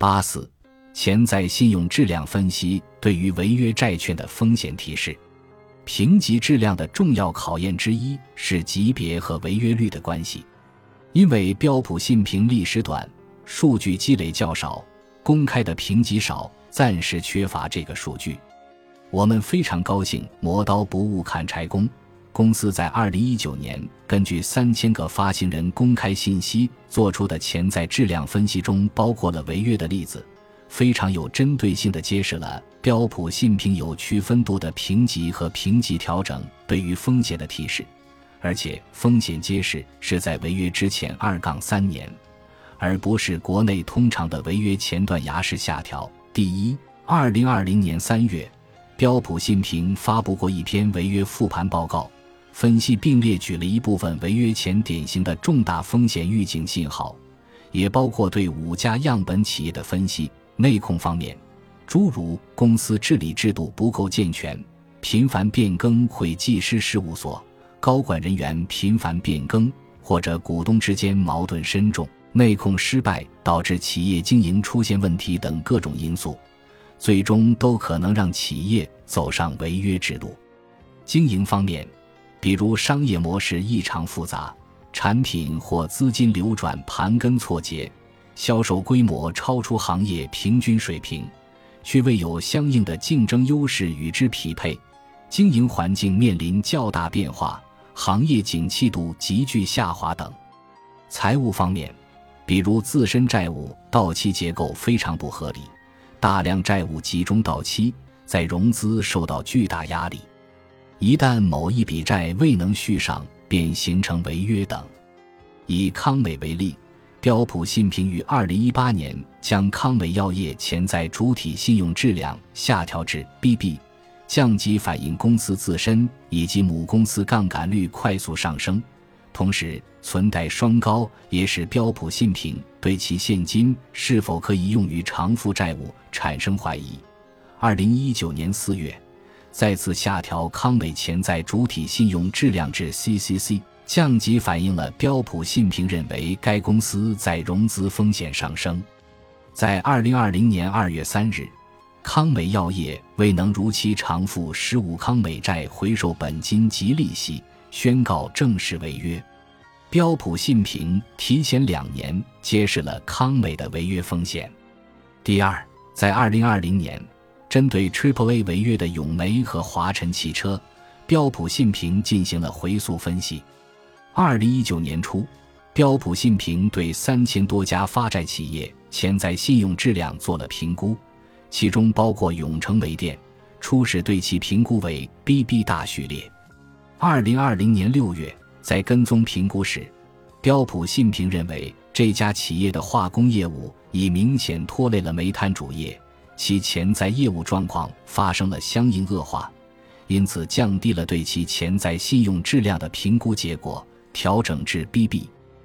84潜在信用质量分析对于违约债券的风险提示。评级质量的重要考验之一是级别和违约率的关系。因为标普信评历史短，数据积累较少，公开的评级少，暂时缺乏这个数据。我们非常高兴磨刀不误砍柴工公司在2019年根据3000个发行人公开信息做出的潜在质量分析中包括了违约的例子，非常有针对性地揭示了标普信评有区分度的评级和评级调整对于风险的提示，而且风险揭示是在违约之前2-3年，而不是国内通常的违约前断崖式下调。第一，2020年3月，标普信评发布过一篇违约复盘报告，分析并列举了一部分违约前典型的重大风险预警信号，也包括对5家样本企业的分析。内控方面，诸如公司治理制度不够健全、频繁变更会计师事务所、高管人员频繁变更，或者股东之间矛盾深重、内控失败导致企业经营出现问题等各种因素，最终都可能让企业走上违约之路。经营方面，比如商业模式异常复杂，产品或资金流转盘根错节，销售规模超出行业平均水平，却未有相应的竞争优势与之匹配，经营环境面临较大变化，行业景气度急剧下滑等。财务方面，比如自身债务到期结构非常不合理，大量债务集中到期，在融资受到巨大压力，一旦某一笔债未能续上，便形成违约等。以康美为例，标普信评于2018年将康美药业潜在主体信用质量下调至 BB， 降级反映公司自身以及母公司杠杆率快速上升，同时存贷双高也使标普信评对其现金是否可以用于偿付债务产生怀疑。2019年4月再次下调康美潜在主体信用质量至 CCC， 降级反映了标普信评认为该公司在融资风险上升。在2020年2月3日，康美药业未能如期偿付15康美债回收本金及利息，宣告正式违约。标普信评提前2年揭示了康美的违约风险。第二，在2020年针对 AAA 违约的永煤和华晨汽车，标普信评进行了回溯分析。2019年初，标普信评对3000多家发债企业潜在信用质量做了评估，其中包括永成煤电，初始对其评估为 BB 大序列。2020年6月，在跟踪评估时，标普信评认为这家企业的化工业务已明显拖累了煤炭主业，其潜在业务状况发生了相应恶化，因此降低了对其潜在信用质量的评估结果，调整至 BB。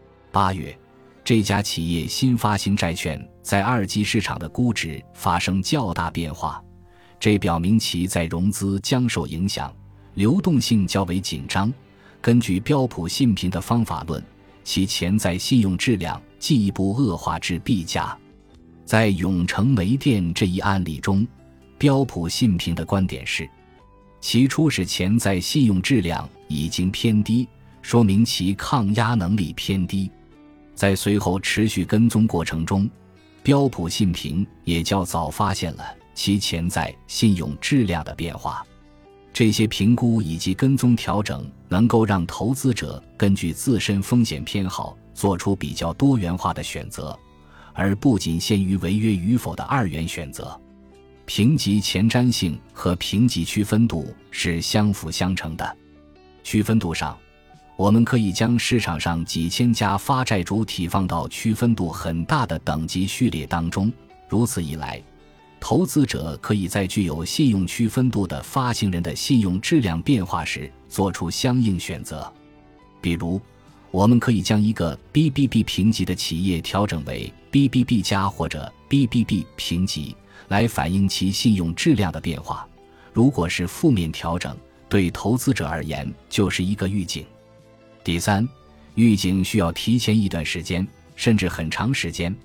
8月，这家企业新发行债券在二级市场的估值发生较大变化，这表明其在融资将受影响，流动性较为紧张。根据标普信评的方法论，其潜在信用质量进一步恶化至 B 加。在永成煤电这一案例中，标普信评的观点是，其初始潜在信用质量已经偏低，说明其抗压能力偏低。在随后持续跟踪过程中，标普信评也较早发现了其潜在信用质量的变化。这些评估以及跟踪调整能够让投资者根据自身风险偏好做出比较多元化的选择，而不仅限于违约与否的二元选择。评级前瞻性和评级区分度是相辅相成的。区分度上，我们可以将市场上几千家发债主体放到区分度很大的等级序列当中，如此一来，投资者可以在具有信用区分度的发行人的信用质量变化时做出相应选择。比如，我们可以将一个 BBB 评级的企业调整为 BBB 加或者 BBB 评级，来反映其信用质量的变化。如果是负面调整，对投资者而言就是一个预警。第三，预警需要提前一段时间，甚至很长时间，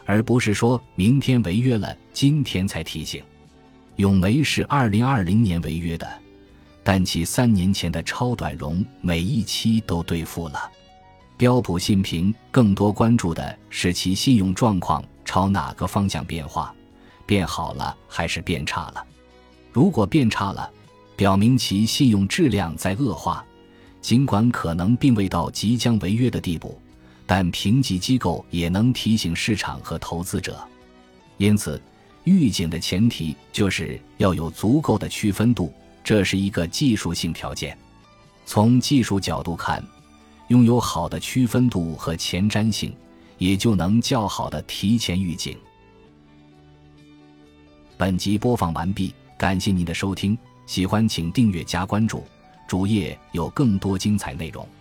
而不是说明天违约了，今天才提醒。永煤是2020年违约的，但其3年前的超短融每一期都兑付了。标普信评更多关注的是其信用状况朝哪个方向变化，变好了还是变差了。如果变差了，表明其信用质量在恶化，尽管可能并未到即将违约的地步，但评级机构也能提醒市场和投资者。因此，预警的前提就是要有足够的区分度，这是一个技术性条件。从技术角度看，拥有好的区分度和前瞻性，也就能较好的提前预警。本集播放完毕，感谢您的收听，喜欢请订阅加关注，主页有更多精彩内容。